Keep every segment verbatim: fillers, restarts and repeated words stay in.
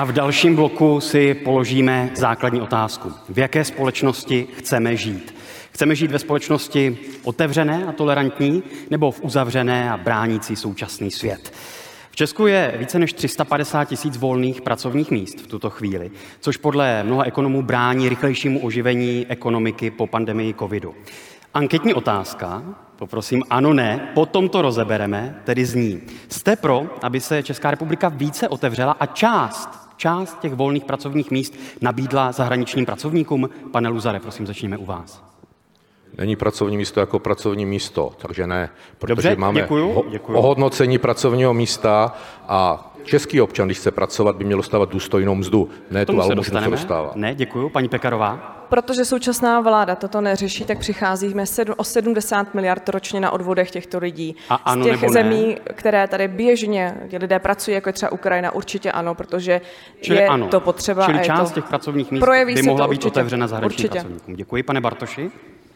A v dalším bloku si položíme základní otázku. V jaké společnosti chceme žít? Chceme žít ve společnosti otevřené a tolerantní, nebo v uzavřené a bránící současný svět? V Česku je více než tři sta padesát tisíc volných pracovních míst v tuto chvíli, což podle mnoha ekonomů brání rychlejšímu oživení ekonomiky po pandemii covidu. Anketní otázka, poprosím, ano, ne, potom to rozebereme, tedy zní. Jste pro, aby se Česká republika více otevřela a část, část těch volných pracovních míst nabídla zahraničním pracovníkům? Pane Luzare, prosím, začněme u vás. Není pracovní místo jako pracovní místo, takže ne. Protože Dobře, máme děkuju, děkuju. ohodnocení pracovního místa a český občan, když chce pracovat, by měl dostávat důstojnou mzdu. Ne tu almužnu, co dostává. Ne, děkuju. Paní Pekarová. Protože současná vláda toto neřeší, tak přicházíme o sedmdesát miliard ročně na odvodech těchto lidí. A ano, z těch nebo zemí, ne? Které tady běžně lidé pracují, jako je třeba Ukrajina, určitě ano, protože Čili je ano. to potřeba. Čili a je část to, těch pracovních míst projeví by se mohla to být určitě, otevřena zahraničním určitě. pracovníkům. Děkuji, pane Bartoši.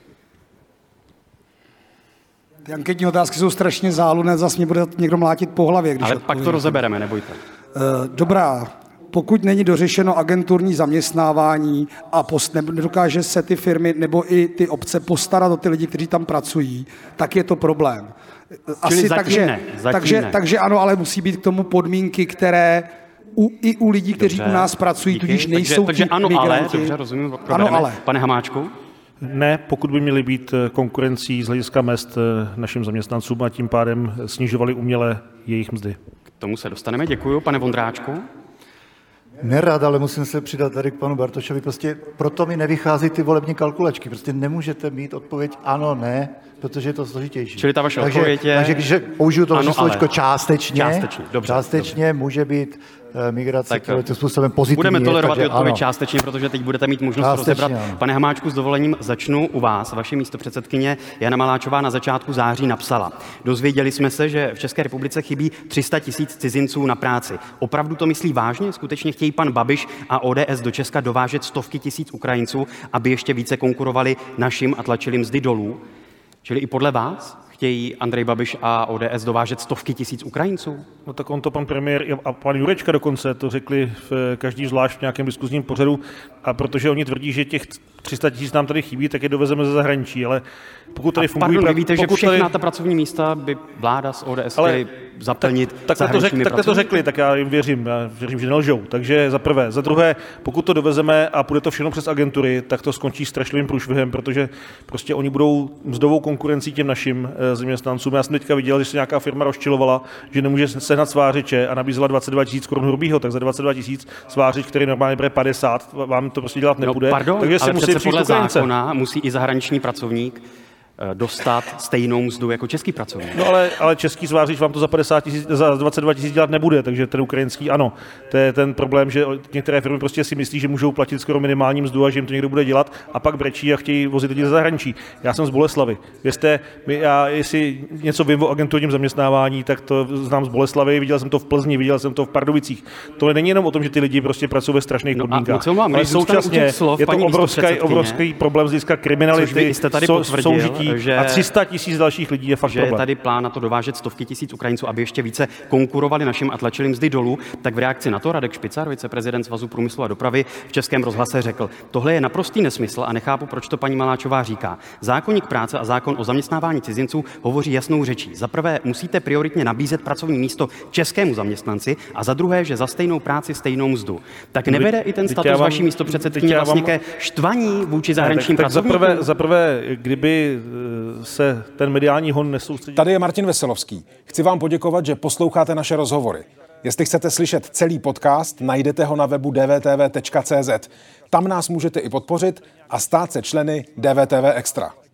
Ty anketní otázky jsou strašně záludné, zase mě bude někdo mlátit po hlavě. Když Ale pak to rozebereme, nebojte. Dobrá, pokud není dořešeno agenturní zaměstnávání a post, nedokáže se ty firmy nebo i ty obce postarat o ty lidi, kteří tam pracují, tak je to problém. Čili zatím takže, ne, zatím takže, ne. takže ano, ale musí být k tomu podmínky, které u, i u lidí, kteří Dobře, u nás pracují, díky. tudíž nejsou takže, takže ti ano, migranti. ale, dobře, rozumím, ano, ale. Pane Hamáčku? Ne, pokud by měly být konkurencí z hlediska mezd našim zaměstnancům a tím pádem snižovali uměle jejich mzdy. K tomu se dostaneme, děkuju. Pane Vondráčku? Nerad, ale musím se přidat tady k panu Bartošovi. Prostě proto mi nevychází ty volební kalkulačky. Prostě nemůžete mít odpověď ano, ne, protože je to složitější. Čili ta vaše takže, odpověď je... Takže když použiju to ano, slovíčko částečně, částečně, dobře, částečně dobře. může být migrace Tak, tímto způsobem pozitivní. Budeme tolerovat takže i odpověď ano. částečně, protože teď budete mít možnost Částečně, rozebrat. ano. Pane Hamáčku, s dovolením začnu u vás. Vaše místopředsedkyně Jana Maláčová na začátku září napsala: Dozvěděli jsme se, že v České republice chybí tři sta tisíc cizinců na práci. Opravdu to myslí vážně? Skutečně chtějí pan Babiš a O D S do Česka dovážet stovky tisíc Ukrajinců, aby ještě více konkurovali našim a tlačili mzdy dolů? Čili i podle vás chtějí Andrej Babiš a O D S dovážet stovky tisíc Ukrajinců? No tak on to pan premiér a pan Jurečka dokonce to řekli v každý zvlášť v nějakém diskuzním pořadu, a protože oni tvrdí, že těch tři sta tisíc nám tady chybí, tak je dovezeme ze zahraničí, ale pokud tady a fungují... Pardon, vy víte, že všechna tady... ta pracovní místa by vláda z O D S Ale chtěli zaplnit tak, takhle, to řek, takhle to řekli, tak já jim věřím, já věřím, že nelžou. Takže za prvé. Za druhé, pokud to dovezeme a půjde to všechno přes agentury, tak to skončí strašlivým průšvihem, protože prostě oni budou mzdovou konkurencí těm našim e, zaměstnancům. Já jsem teďka viděl, že se nějaká firma rozčilovala, že nemůže sehnat svářiče a nabízela dvacet dva tisíc korun hrubýho, tak za dvacet dva tisíc svářič, který normálně bere padesát, vám to prostě dělat nebude. No, pardon, takže se ale musí přece přijít podle Ukrajince. zákona musí i zahraniční pracovník dostat stejnou mzdu jako český pracovník. No ale, ale český svářič vám to za padesát tisíc, za dvacet dva tisíc dělat nebude, takže ten ukrajinský ano. To je ten problém, že některé firmy prostě si myslí, že můžou platit skoro minimální mzdu a že jim to někdo bude dělat a pak brečí a chtějí vozit lidi ze zahraničí. Já jsem z Boleslavy. Věřte, já jestli něco vím o agenturním zaměstnávání, tak to znám z Boleslavy, viděl jsem to v Plzni, viděl jsem to v Pardubicích. To není jenom o tom, že ty lidi prostě pracují ve strašných No podmínkách, vám, ale současně slov, je to obrovský, obrovský problém z hlediska kriminality, jste tady sou, potvrdil, soužití že... a tři sta tisíc dalších lidí je fakt že problém. je tady plán na to dovážet stovky tisíc Ukrajinců, aby ještě více konkurovali našim a tlačili mzdy dolů, tak v reakci na to Radek Špicar, viceprezident Svazu průmyslu a dopravy, v Českém rozhlase řekl: Tohle je naprostý nesmysl a nechápu, proč to paní Maláčová říká. Zákoník práce a zákon o zaměstnávání cizinců hovoří jasnou řečí. Za prvé musíte prioritně nabízet pracovní místo českému zaměstnanci a za druhé, že za stejnou práci stejnou mzdu. Tak nevede i ten status vaší místopředsedkyně vlastně ke štvaní vůči zahraničním pracovníkům? Za prvé, za prvé, kdyby se ten mediální hon nesoustředí. Tady je Martin Veselovský. Chci vám poděkovat, že posloucháte naše rozhovory. Jestli chcete slyšet celý podcast, najdete ho na webu d v t v tečka c z. Tam nás můžete i podpořit a stát se členy D V T V Extra.